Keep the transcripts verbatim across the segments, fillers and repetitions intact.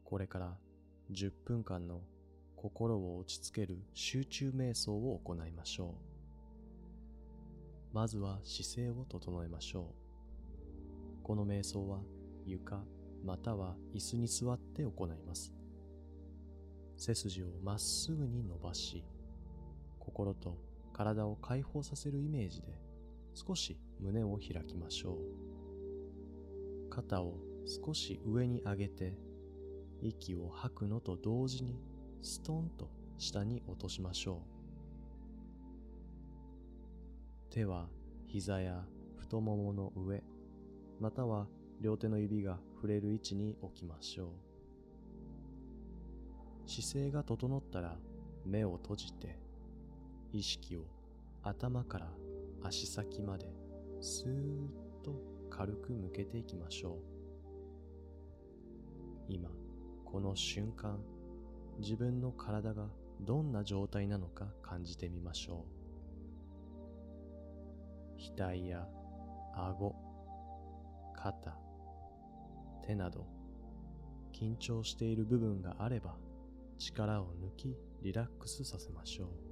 これからじゅっぷんかんの心を落ち着ける集中瞑想を行いましょう。まずは姿勢を整えましょう。この瞑想は床または椅子に座って行います。背筋をまっすぐに伸ばし、心と体を解放させるイメージで少し胸を開きましょう。肩を少し上に上げて、息を吐くのと同時にストンと下に落としましょう。手は膝や太ももの上、または両手の指が触れる位置に置きましょう。姿勢が整ったら目を閉じて、意識を頭から足先までスーッと軽く向けていきましょう。今この瞬間、自分の体がどんな状態なのか感じてみましょう。額や顎、肩、手など緊張している部分があれば力を抜きリラックスさせましょう。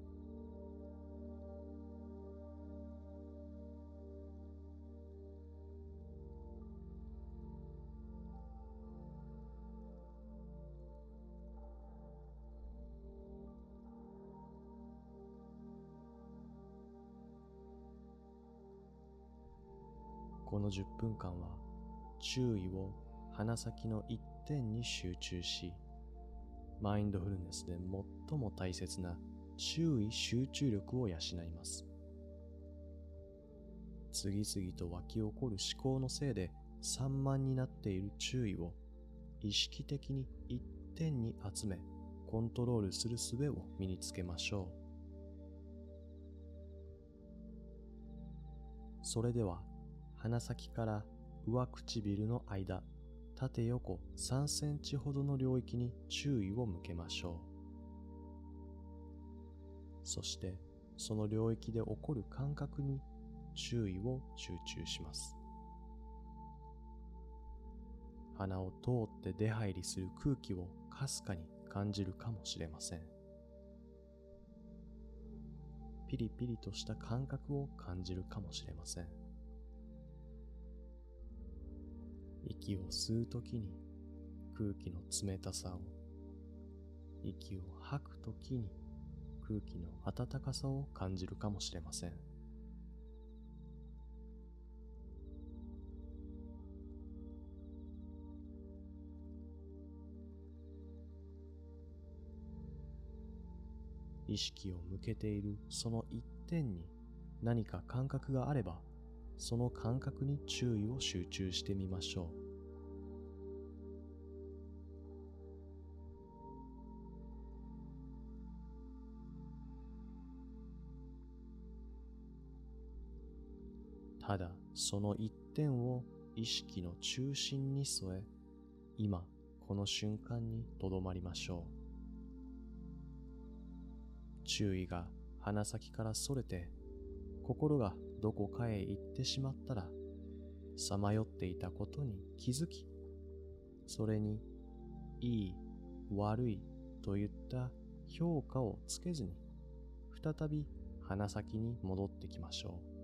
このじゅっぷんかんは注意を鼻先の一点に集中し、マインドフルネスで最も大切な注意集中力を養います。次々と湧き起こる思考のせいで散漫になっている注意を意識的に一点に集め、コントロールする術を身につけましょう。それでは鼻先から上唇の間、縦横さんセンチほどの領域に注意を向けましょう。そしてその領域で起こる感覚に注意を集中します。鼻を通って出入りする空気をかすかに感じるかもしれません。ピリピリとした感覚を感じるかもしれません。息を吸うときに空気の冷たさを、息を吐くときに空気の温かさを感じるかもしれません。意識を向けているその一点に何か感覚があれば、その感覚に注意を集中してみましょう。ただその一点を意識の中心に添え、今この瞬間にとどまりましょう。注意が鼻先からそれて、心がどこかへ行ってしまったら、さまよっていたことに気づき、それにいい、悪いといった評価をつけずに、再び鼻先に戻ってきましょう。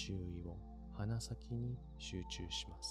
注意を鼻先に集中します。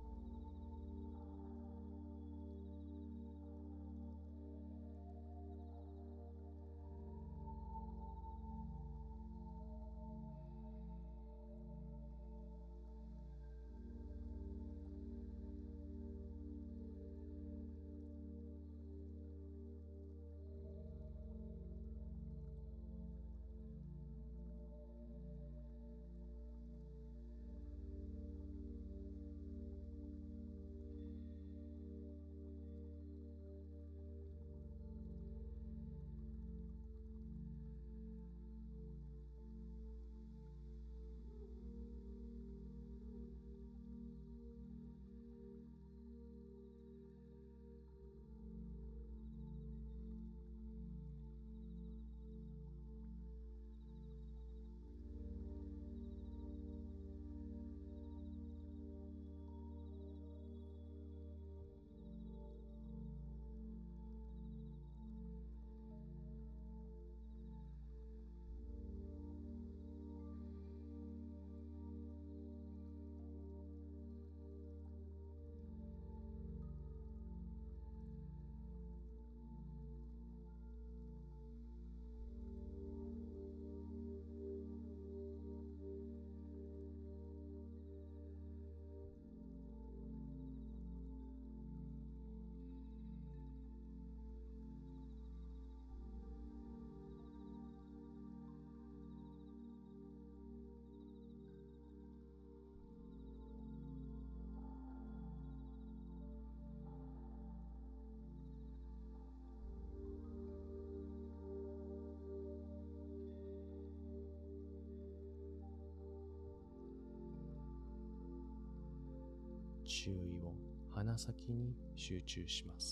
注意を鼻先に集中します。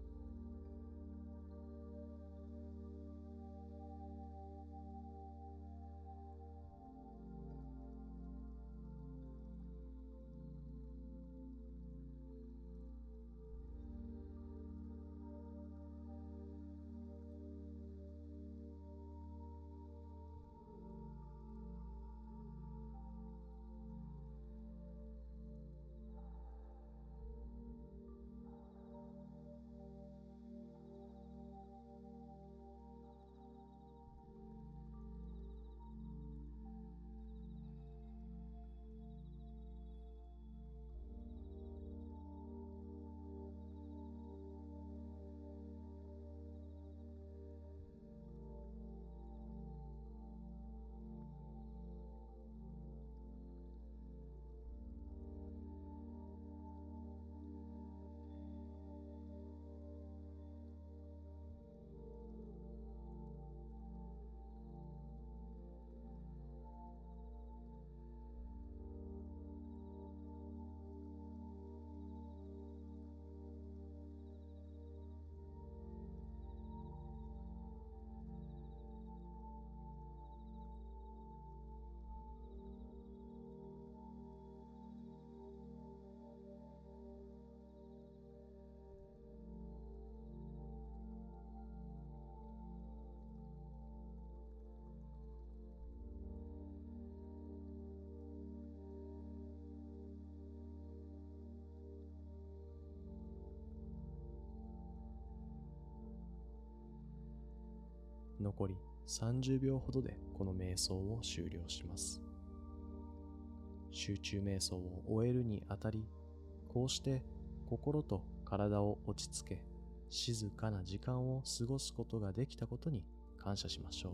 残りさんじゅうびょうほどでこの瞑想を終了します。集中瞑想を終えるにあたり、こうして心と体を落ち着け、静かな時間を過ごすことができたことに感謝しましょう。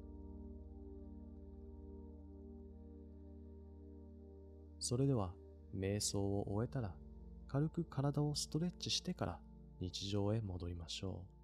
それでは瞑想を終えたら、軽く体をストレッチしてから日常へ戻りましょう。